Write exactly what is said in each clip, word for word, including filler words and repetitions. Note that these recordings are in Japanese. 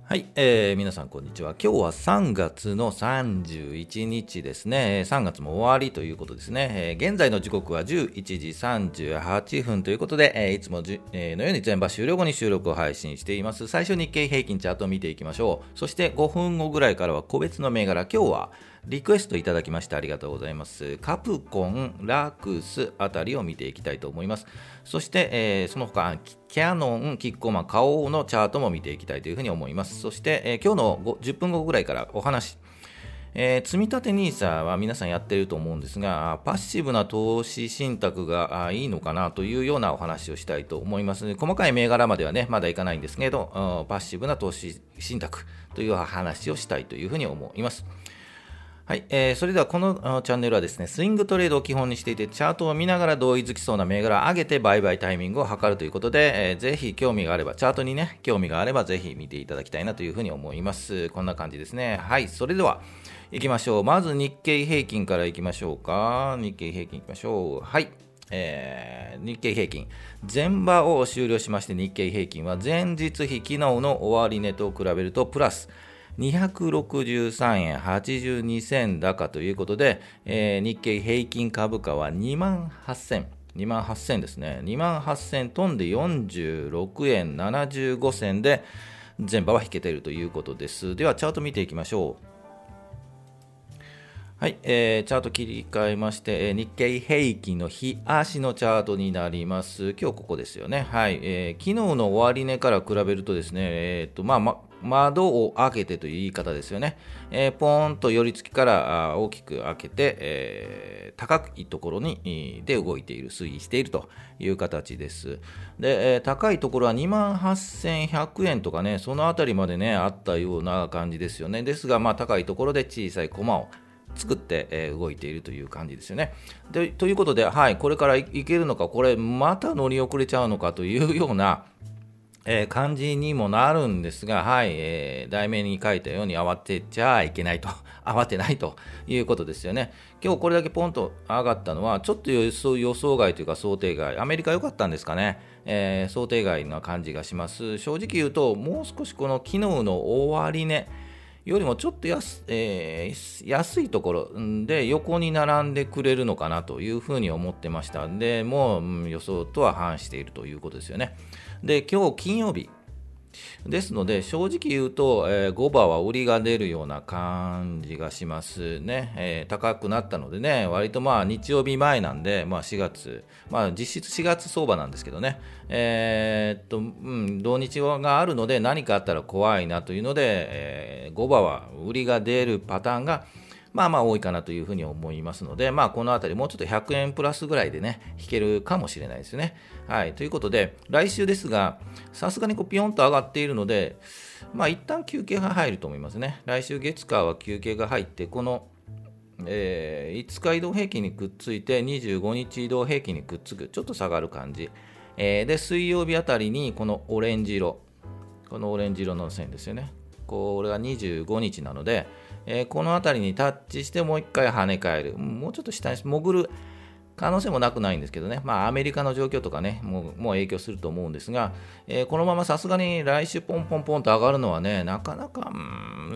はい、えー、皆さんこんにちは。今日はさんがつのさんじゅういちにちですね。さんがつも終わりということですね。えー、現在の時刻はじゅういちじさんじゅうはっぷんということで、えー、いつもじ、えー、のように全場終了後に収録を配信しています。最初日経平均チャートを見ていきましょう。そしてごふんごぐらいからは個別の銘柄、今日はリクエストいただきましてありがとうございます。カプコン、ラクスあたりを見ていきたいと思います。そして、えー、その他、キャノン、キッコーマン、花王のチャートも見ていきたいというふうに思います。そして、えー、今日のじゅっぷんごぐらいからお話、えー、積立 ニーサ は皆さんやっていると思うんですが、パッシブな投資信託がいいのかなというようなお話をしたいと思います。細かい銘柄まではね、まだいかないんですけど、パッシブな投資信託という話をしたいというふうに思います。はい、えー、それではこのチャンネルはですね、スイングトレードを基本にしていて、チャートを見ながら同意づきそうな銘柄を上げて売買タイミングを測るということで、えー、ぜひ興味があれば、チャートにね、興味があればぜひ見ていただきたいなというふうに思います。こんな感じですね。はい、それでは行きましょう。まず日経平均から行きましょうか。日経平均行きましょう。はい。えー、日経平均前場を終了しまして、日経平均は前日比昨日の終値と比べるとプラスにひゃくろくじゅうさんえんはちじゅうにせん高ということで、えー、日経平均株価はにまんはっせん、にまんはっせんですね。にまんはっせん飛んでよんじゅうろくえんななじゅうごせんで前場は引けているということです。ではチャート見ていきましょう。はい、えー、チャート切り替えまして、えー、日経平均の日足のチャートになります。今日ここですよね。はい、えー、昨日の終値から比べるとですね、えーとまあま、窓を開けてという言い方ですよね。えー、ポーンと寄り付きから大きく開けて、えー、高いところにで動いている、推移しているという形です。で、えー、高いところはにまんはっせんひゃくえんとかね、そのあたりまでね、あったような感じですよね。ですが、まあ、高いところで小さいコマを作って、えー、動いているという感じですよね。でということで、はい、これからいけるのか、これまた乗り遅れちゃうのかというような、えー、感じにもなるんですが、はい、えー、題名に書いたように慌てちゃいけないと慌てないということですよね。今日これだけポンと上がったのはちょっと予想、予想外というか想定外、アメリカ良かったんですかね、えー、想定外な感じがします。正直言うと、もう少しこの昨日の終値よりもちょっと安、えー、安いところで横に並んでくれるのかなというふうに思ってました。でもう予想とは反しているということですよね。で、今日金曜日ですので、正直言うと、えー、ごばは売りが出るような感じがしますね。えー、高くなったのでね、割とまあ日曜日前なんで、まあ、しがつ、まあ、実質しがつ相場なんですけどね、えー、っと、うん、土日があるので何かあったら怖いなというので、えー、ごばは売りが出るパターンがまあまあ多いかなというふうに思いますので、まあこのあたりもうちょっとひゃくえんプラスぐらいでね、引けるかもしれないですよね。はい。ということで、来週ですが、さすがにこうピヨンと上がっているので、まあ一旦休憩が入ると思いますね。来週月火は休憩が入って、この、えー、いつか移動平均にくっついて、にじゅうごにち移動平均にくっつく、ちょっと下がる感じ。えー、で、水曜日あたりにこのオレンジ色、このオレンジ色の線ですよね。これがにじゅうごにちなので、えー、この辺りにタッチしてもう一回跳ね返る、もうちょっと下に潜る可能性もなくないんですけどね、まあ、アメリカの状況とかね、もう、もう影響すると思うんですが、えー、このままさすがに来週ポンポンポンと上がるのはね、なかなか、うん、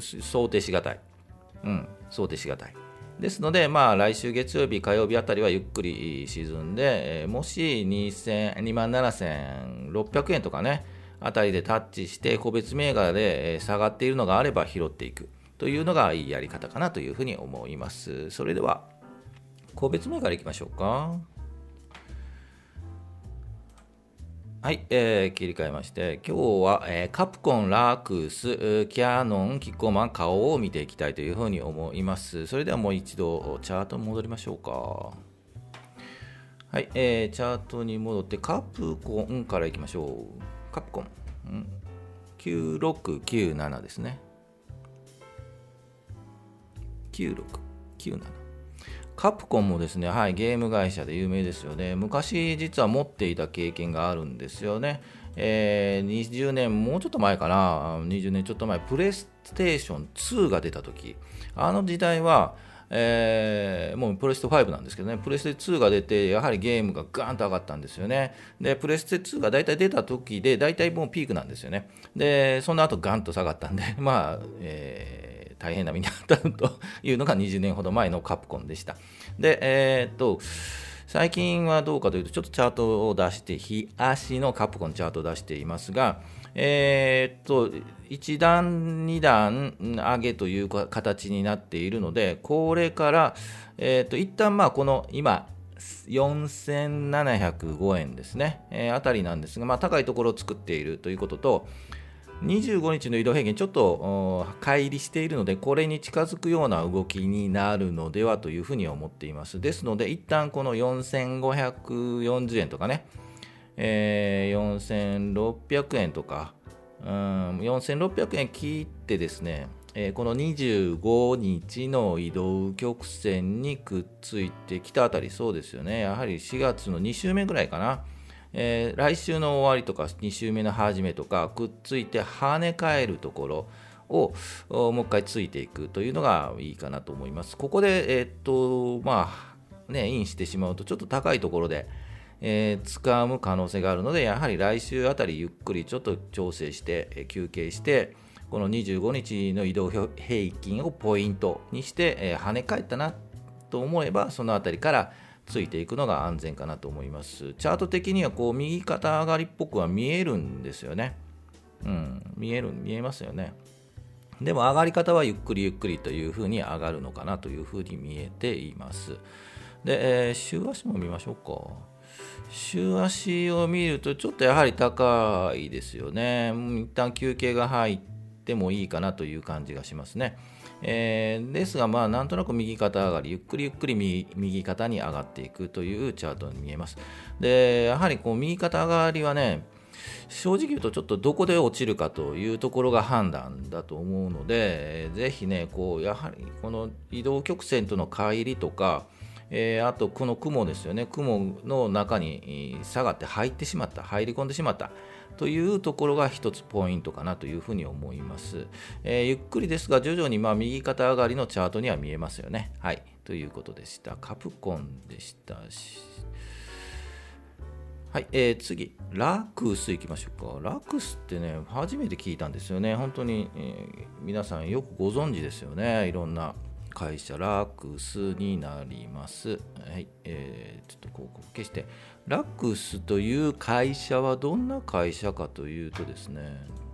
想定しがたい、うん、想定しがたい。ですので、まあ、来週月曜日、火曜日あたりはゆっくり沈んで、えー、もしにまんななせんろっぴゃくえんとかね、あたりでタッチして、個別銘柄で下がっているのがあれば拾っていくというのがいいやり方かなというふうに思います。それでは、個別銘柄いきましょうか。はい、えー、切り替えまして、今日は、えー、カプコン、ラクス、キャノン、キッコーマン、花王を見ていきたいというふうに思います。それではもう一度チャートに戻りましょうか。はい、えー、チャートに戻ってカプコンからいきましょう。カプコン、うん、きゅうろくきゅうななですね。きゅうろくきゅうなな。カプコンもですね、はい、ゲーム会社で有名ですよね。昔実は持っていた経験があるんですよね。えー、にじゅうねん、もうちょっと前かな、にじゅうねんちょっと前、プレイステーションツーが出た時、あの時代は、 えー、もうプレステファイブなんですけどね、プレステツーが出て、やはりゲームがガーンと上がったんですよね。で、プレステツーが大体出た時で、大体もうピークなんですよね。で、その後ガンと下がったんで、まあ、えー、大変な目に遭ったというのがにじゅうねんほど前のカプコンでした。で、えー、っと、最近はどうかというと、ちょっとチャートを出して、日足のカプコンチャートを出していますが、えー、っと、いち段、に段上げという形になっているので、これから、えー、っと、一旦まあ、この今、よんせんななひゃくごえんですね、えー、あたりなんですが、まあ、高いところを作っているということと、にじゅうごにちの移動平均ちょっと乖離しているので、これに近づくような動きになるのではというふうに思っています。ですので、一旦このよんせんごひゃくよんじゅうえんとかね、えー、よんせんろっぴゃくえんとか、うん、よんせんろっぴゃくえん切ってですね、えー、このにじゅうごにちの移動曲線にくっついてきたあたり、そうですよね、やはりしがつのに週目ぐらいかな。えー、来週の終わりとかに週目の初めとかくっついて跳ね返るところをもう一回ついていくというのがいいかなと思います。ここで、えー、っとまあね、インしてしまうとちょっと高いところで、えー、掴む可能性があるので、やはり来週あたりゆっくりちょっと調整して休憩して、このにじゅうごにちの移動平均をポイントにして、えー、跳ね返ったなと思えば、そのあたりからついていくのが安全かなと思います。チャート的にはこう右肩上がりっぽくは見えるんですよね。うん、見える、見えますよね。でも上がり方はゆっくりゆっくりというふうに上がるのかなというふうに見えています。で、えー、週足も見ましょうか。週足を見るとちょっとやはり高いですよね。一旦休憩が入ってもいいかなという感じがしますね。えー、ですが、まあ、なんとなく右肩上がり、ゆっくりゆっくり 右, 右肩に上がっていくというチャートに見えます。で、やはりこう右肩上がりはね、正直言うとちょっとどこで落ちるかというところが判断だと思うので、ぜひね、こうやはりこの移動曲線との乖離とか、えー、あとこの雲ですよね、雲の中に下がって入ってしまった、入り込んでしまったというところが一つポイントかなというふうに思います。えー、ゆっくりですが徐々にまあ右肩上がりのチャートには見えますよね。はい、ということでした。カプコンでしたし。はい、えー、次、ラクスいきましょうか。ラクスってね、初めて聞いたんですよね。本当に、えー、皆さんよくご存知ですよね。いろんな会社、ラクスになります。はい、えー、ちょっと広告消して。ラクスという会社はどんな会社かというとですね、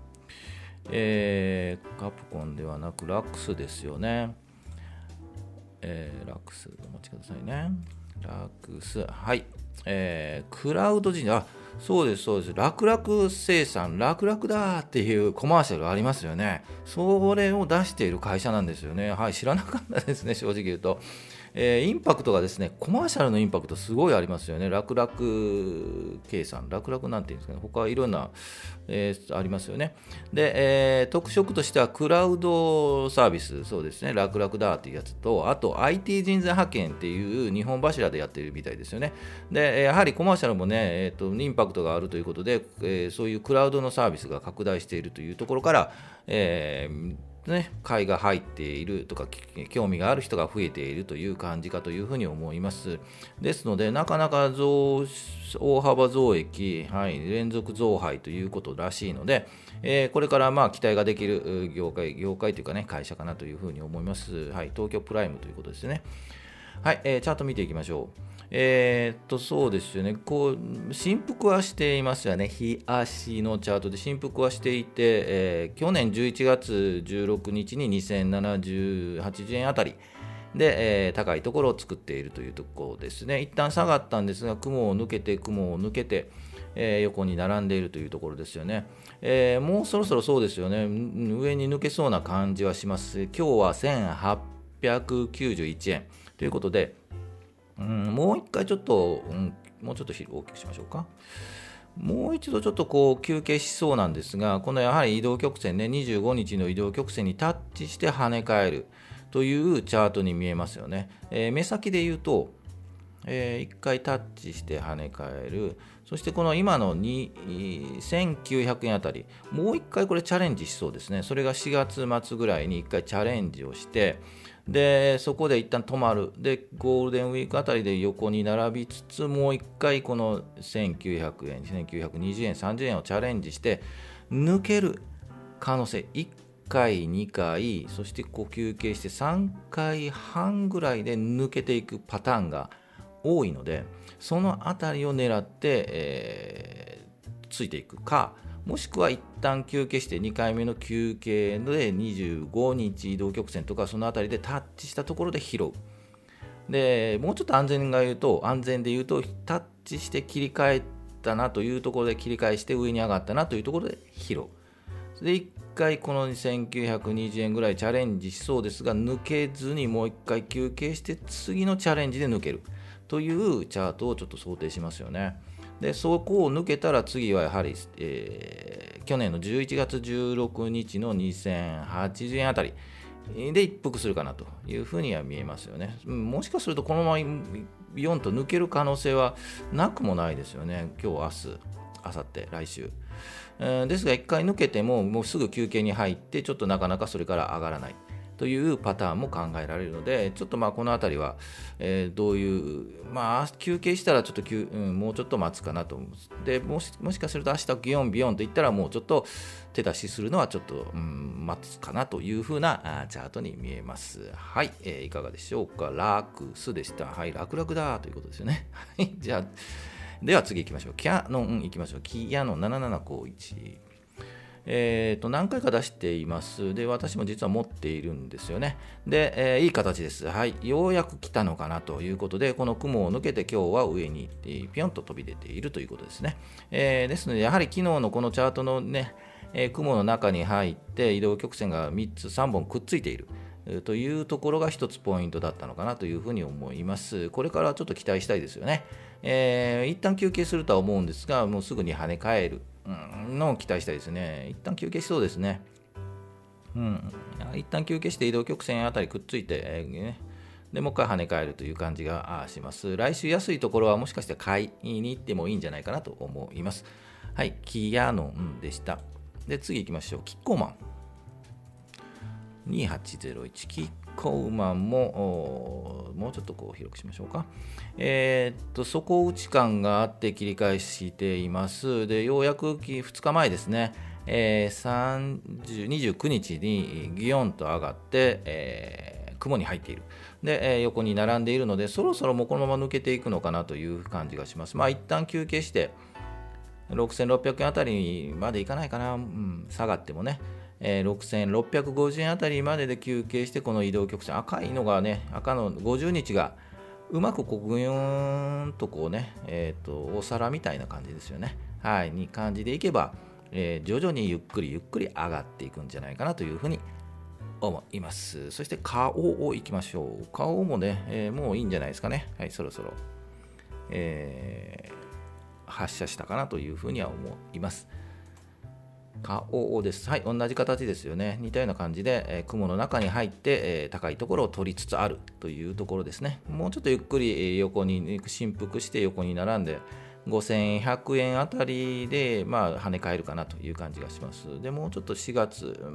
えー、カプコンではなくラクスですよね。えー、ラクス、お待ちくださいね。ラクス、はい。えー、クラウド人、あ、そうです、そうです。楽々生産、楽々だっていうコマーシャルありますよね。それを出している会社なんですよね。はい、知らなかったですね、正直言うと。えー、インパクトがですね、コマーシャルのインパクトすごいありますよね。楽々計算、楽々なんていうんですかね、他いろんな、えー、ありますよね。で、えー、特色としてはクラウドサービス、そうですね、楽々だっていうやつと、あと アイティー 人材派遣っていう日本柱でやってるみたいですよね。で、やはりコマーシャルもね、えー、とインパクトがあるということで、えー、そういうクラウドのサービスが拡大しているというところから、えーね、買いが入っているとか興味がある人が増えているという感じかというふうに思います。ですのでなかなか増大幅増益、はい、連続増配ということらしいので、えー、これからまあ期待ができる業界業界というかね会社かなというふうに思います。はい、東京プライムということですね。はい、えー、チャート見ていきましょう。えー、っと、そうですよね。こう、振幅はしていますよね。日足のチャートで振幅はしていて、えー、去年じゅういちがつじゅうろくにちににせんななじゅうはちじゅうえんあたりで、えー、高いところを作っているというところですね。一旦下がったんですが、雲を抜けて、雲を抜けて、えー、横に並んでいるというところですよね。えー、もうそろそろそうですよね。上に抜けそうな感じはします。今日はせんはっぴゃくきゅうじゅういちえんということで、うん、もう一回ちょっと、うん、もうちょっと大きくしましょうか。もう一度ちょっとこう休憩しそうなんですが、このやはり移動曲線ね、にじゅうごにちの移動曲線にタッチして跳ね返るというチャートに見えますよね。えー、目先で言うと、えー、一回タッチして跳ね返る。そしてこの今のせんきゅうひゃくえんあたり、もう一回これチャレンジしそうですね。それがしがつ末ぐらいに一回チャレンジをして、 でそこで一旦止まる。でゴールデンウィークあたりで横に並びつつ、もう一回このせんきゅうひゃくえん、せんきゅうひゃくにじゅうえん、さんじゅうえんをチャレンジして抜ける可能性、いっかいにかい、そしてこう休憩してさんかいはんぐらいで抜けていくパターンが多いので、そのあたりを狙って、えー、ついていくか、もしくは一旦休憩してにかいめの休憩でにじゅうごにち移動曲線とかそのあたりでタッチしたところで拾う。でもうちょっと安全が言うと安全で言うとタッチして切り替えたなというところで切り返して上に上がったなというところで拾う。でいっかいこのせんきゅうひゃくにじゅうえんぐらいチャレンジしそうですが抜けずにもういっかい休憩して次のチャレンジで抜けるというチャートをちょっと想定しますよね。でそこを抜けたら次はやはり、えー、去年のじゅういちがつじゅうろくにちのにせんはちじゅうえんあたりで一服するかなというふうには見えますよね。もしかするとこのままよんと抜ける可能性はなくもないですよね。今日、明日、明後日、来週。えー、ですがいっかい抜けてももうすぐ休憩に入ってちょっとなかなかそれから上がらないというパターンも考えられるので、ちょっとまあこのあたりは、えー、どういう、まあ、休憩したらちょっと休、うん、もうちょっと待つかなと思います。でもし、もしかすると明日ビヨンビヨンといったらもうちょっと手出しするのはちょっと、うん、待つかなというふうなチャートに見えます。はい、えー、いかがでしょうか。ラクスでした。はい、楽々だということですよね。はい、じゃあでは次行きましょう。キャノン行きましょう。キヤノンななななこういち。えー、と何回か出しています。で、私も実は持っているんですよね。で、えー、いい形です。はい。ようやく来たのかなということで、この雲を抜けて今日は上にピヨンと飛び出ているということですね。えー、ですので、やはり昨日のこのチャートのね、えー、雲の中に入って移動曲線がみっつ、さんぼんくっついている。というところが一つポイントだったのかなというふうに思います。これからちょっと期待したいですよね。えー、一旦休憩するとは思うんですが、もうすぐに跳ね返るのを期待したいですね。一旦休憩しそうですね。うん、一旦休憩して移動曲線あたりくっついて、えーね、でもう一回跳ね返るという感じがします。来週安いところはもしかして買いに行ってもいいんじゃないかなと思います。はい、キヤノンでした。で、次行きましょう。キッコーマン。にーはちゼロいちキッコーマンももうちょっとこう広くしましょうか。えー、っと底打ち感があって切り返しています。でようやくふつかまえですね、えー、さんじゅう、にじゅうくにちにギヨンと上がって、えー、雲に入っている。で、えー、横に並んでいるのでそろそろもうこのまま抜けていくのかなという感じがします。まあ一旦休憩してろくせんろっぴゃくえんあたりまでいかないかな、うん、下がってもね。えー、ろくせんろっぴゃくごじゅうえんあたりまでで休憩してこの移動曲線赤いのがね赤のごじゅうにちがうまくこうぐよーんとこうね、えー、とお皿みたいな感じですよね。はいに感じでいけば、えー、徐々にゆっくりゆっくり上がっていくんじゃないかなというふうに思います。そして顔をいきましょう。顔もね、えー、もういいんじゃないですかね。はいそろそろ、えー、発射したかなというふうには思います。顔です。はい、同じ形ですよね。似たような感じで、えー、雲の中に入って、えー、高いところを取りつつあるというところですね。もうちょっとゆっくり、えー、横に振幅して横に並んでごせんひゃくえんあたりで、まあ、跳ね返るかなという感じがします。でもうちょっとしがつ、うん、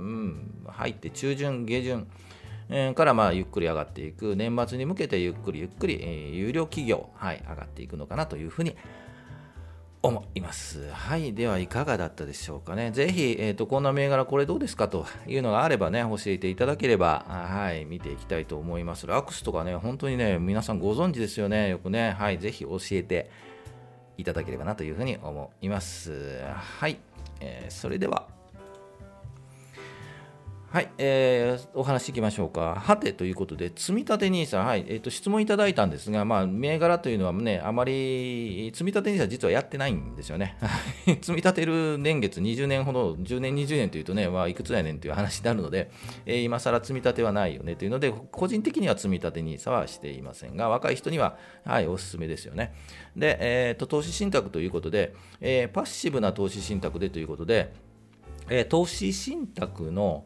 入って中旬、下旬、えー、からまあゆっくり上がっていく。年末に向けてゆっくりゆっくり、えー、有料企業、はい、上がっていくのかなというふうに思います。はい。では、いかがだったでしょうかね。ぜひ、えっと、こんな銘柄これどうですかというのがあればね、教えていただければ、はい、見ていきたいと思います。ラクスとかね、本当にね、皆さんご存知ですよね。よくね、はい、ぜひ教えていただければなというふうに思います。はい。えー、それでは、はい、えー、お話いきましょうか。はてということで、積立 ニーサ、はい、えーと、質問いただいたんですが、まあ、銘柄というのはね、あまり積立 ニーサ実はやってないんですよね。積み立てる年月にじゅうねんほど、じゅうねん、にじゅうねんというとね、まあ、いくつやねんという話になるので、えー、今更積み立てはないよねというので、個人的には積み立て ニーサはしていませんが、若い人には、はい、おすすめですよね。で、えーと、投資信託ということで、えー、パッシブな投資信託でということで、えー、投資信託の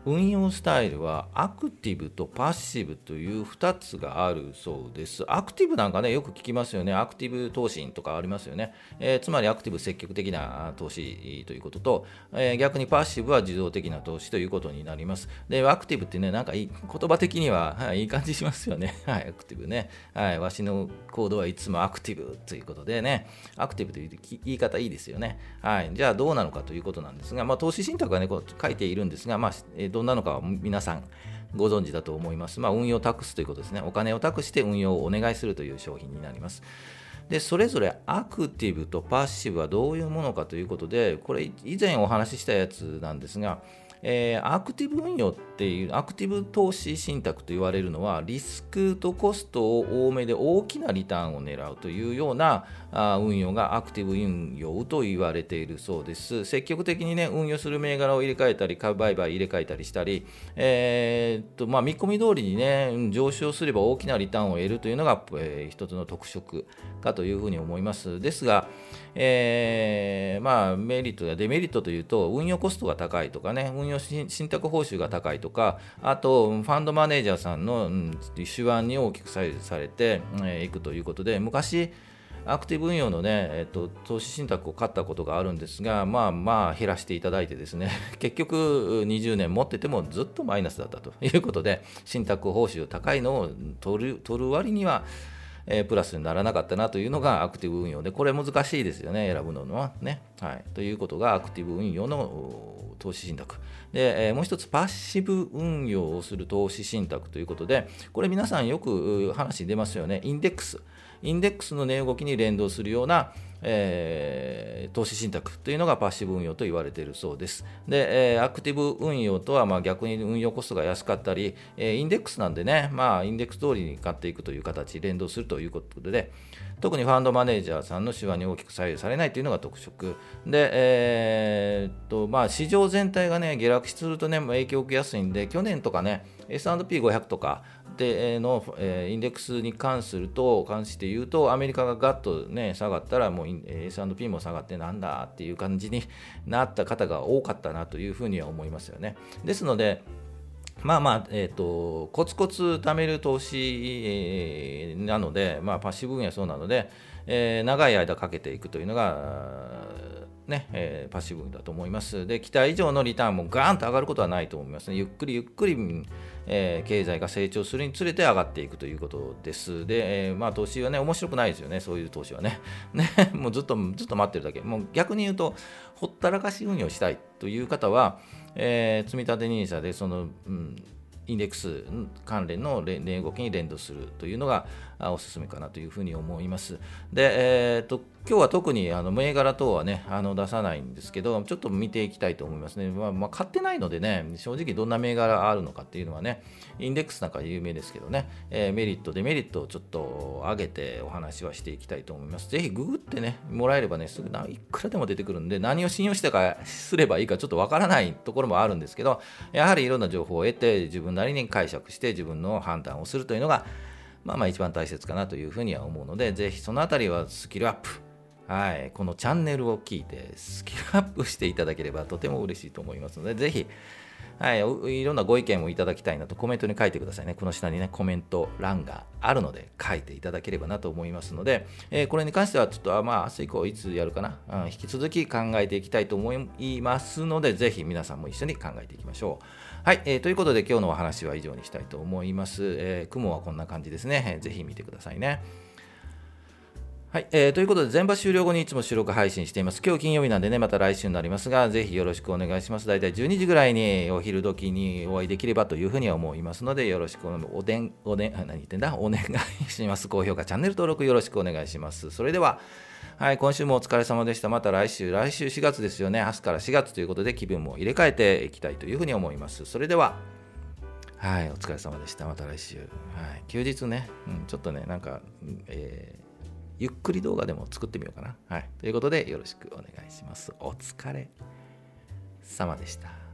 運用スタイルはアクティブとパッシブというふたつがあるそうです。アクティブなんかねよく聞きますよね。アクティブ投資とかありますよね、えー、つまりアクティブ積極的な投資ということと、えー、逆にパッシブは受動的な投資ということになります。でアクティブってねなんかいい言葉的には、はい、いい感じしますよねはい、アクティブね、はい、わしの行動はいつもアクティブということでね、アクティブという言い方いいですよね。はい、じゃあどうなのかということなんですが、まあ、投資信託はねこう書いているんですが、まあ、どんなのかは皆さんご存知だと思います。まあ、運用を託すということですね。お金を託して運用をお願いするという商品になります。でそれぞれアクティブとパッシブはどういうものかということで、これ以前お話ししたやつなんですが、えー、アクティブ運用っていうアクティブ投資信託と言われるのはリスクとコストを多めで大きなリターンを狙うというようなあ運用がアクティブ運用と言われているそうです。積極的に、ね、運用する銘柄を入れ替えたり株売買入れ替えたりしたり、えーっとまあ、見込み通りに、ね、上昇すれば大きなリターンを得るというのが、えー、一つの特色かというふうに思います。ですが、えーまあ、メリットやデメリットというと運用コストが高いとかね、運用信託報酬が高いとか、あとファンドマネージャーさんの、うん、手腕に大きく左右されてい、えー、くということで、昔アクティブ運用の、ねえっと、投資信託を買ったことがあるんですが、まあまあ減らしていただいてですね結局にじゅうねん持っててもずっとマイナスだったということで、信託報酬高いのを取る、取る割にはえー、プラスにならなかったなというのがアクティブ運用で、これ難しいですよね、選ぶのはね。はい、ということがアクティブ運用の投資信託で、えー、もう一つパッシブ運用をする投資信託ということで、これ皆さんよく話に出ますよね。インデックスインデックスの値動きに連動するような、えー、投資信託というのがパッシブ運用と言われているそうです。で、えー、アクティブ運用とはまあ逆に運用コストが安かったり、えー、インデックスなんでね、まあ、インデックス通りに買っていくという形、連動するということで、特にファンドマネージャーさんの手腕に大きく左右されないというのが特色で、えーっとまあ、市場全体が、ね、下落すると、ね、影響を受けやすいんで、去年とかね エスアンドピーごひゃく とかでの、えー、インデックスに関すると関して言うと、アメリカがガッと、ね、下がったらもう エスアンドピー も下がってなんだっていう感じになった方が多かったなというふうには思いますよね。ですのでまあまあ、えーと、コツコツ貯める投資、えー、なので、まあ、パッシブ分野はそうなので、えー、長い間かけていくというのが、ねえー、パッシブ分野だと思います。で、期待以上のリターンもガーンと上がることはないと思いますね。ゆっくりゆっくり、えー、経済が成長するにつれて上がっていくということです。で、えーまあ、投資はね、面白くないですよね、そういう投資はね。ねもうずっとずっと待ってるだけ。もう逆に言うと、ほったらかし運用したいという方は、えー、積立 ニーサ でその、うん、インデックス関連の値動きに連動するというのがおすすめかなというふうに思います。で、えー、と今日は特にあの銘柄等は、ね、あの出さないんですけど、ちょっと見ていきたいと思いますね。まあまあ、買ってないのでね、正直どんな銘柄あるのかっていうのはね、インデックスなんか有名ですけどね、えー、メリット、デメリットをちょっと上げてお話はしていきたいと思います。ぜひググってね、もらえればね、すぐいくらでも出てくるんで、何を信用してかすればいいかちょっとわからないところもあるんですけど、やはりいろんな情報を得て、自分なりに解釈して自分の判断をするというのが、まあまあ一番大切かなというふうには思うので、ぜひそのあたりはスキルアップ、はい、このチャンネルを聞いてスキルアップしていただければとても嬉しいと思いますので、ぜひ、はい、いろんなご意見もいただきたいなとコメントに書いてくださいね。この下にねコメント欄があるので書いていただければなと思いますので、えー、これに関してはちょっとまあ明日以降いつやるかな、うん、引き続き考えていきたいと思いますので、ぜひ皆さんも一緒に考えていきましょう。はい、えー、ということで今日のお話は以上にしたいと思います。えー、雲はこんな感じですね、えー、ぜひ見てくださいね。はい、えー、ということで全場終了後にいつも収録配信しています。今日金曜日なんでね、また来週になりますが、ぜひよろしくお願いします。だいたいじゅうにじぐらいにお昼時にお会いできればというふうには思いますので、よろしくおでんおでん何言ってんだお願いします。高評価、チャンネル登録よろしくお願いします。それでは、はい、今週もお疲れ様でした。また来週、来週しがつですよね。明日からしがつということで気分も入れ替えていきたいというふうに思います。それでは、はい、お疲れ様でした。また来週。はい、休日ね、うん、ちょっとね、なんか、えーゆっくり動画でも作ってみようかな。はい。ということでよろしくお願いします。お疲れ様でした。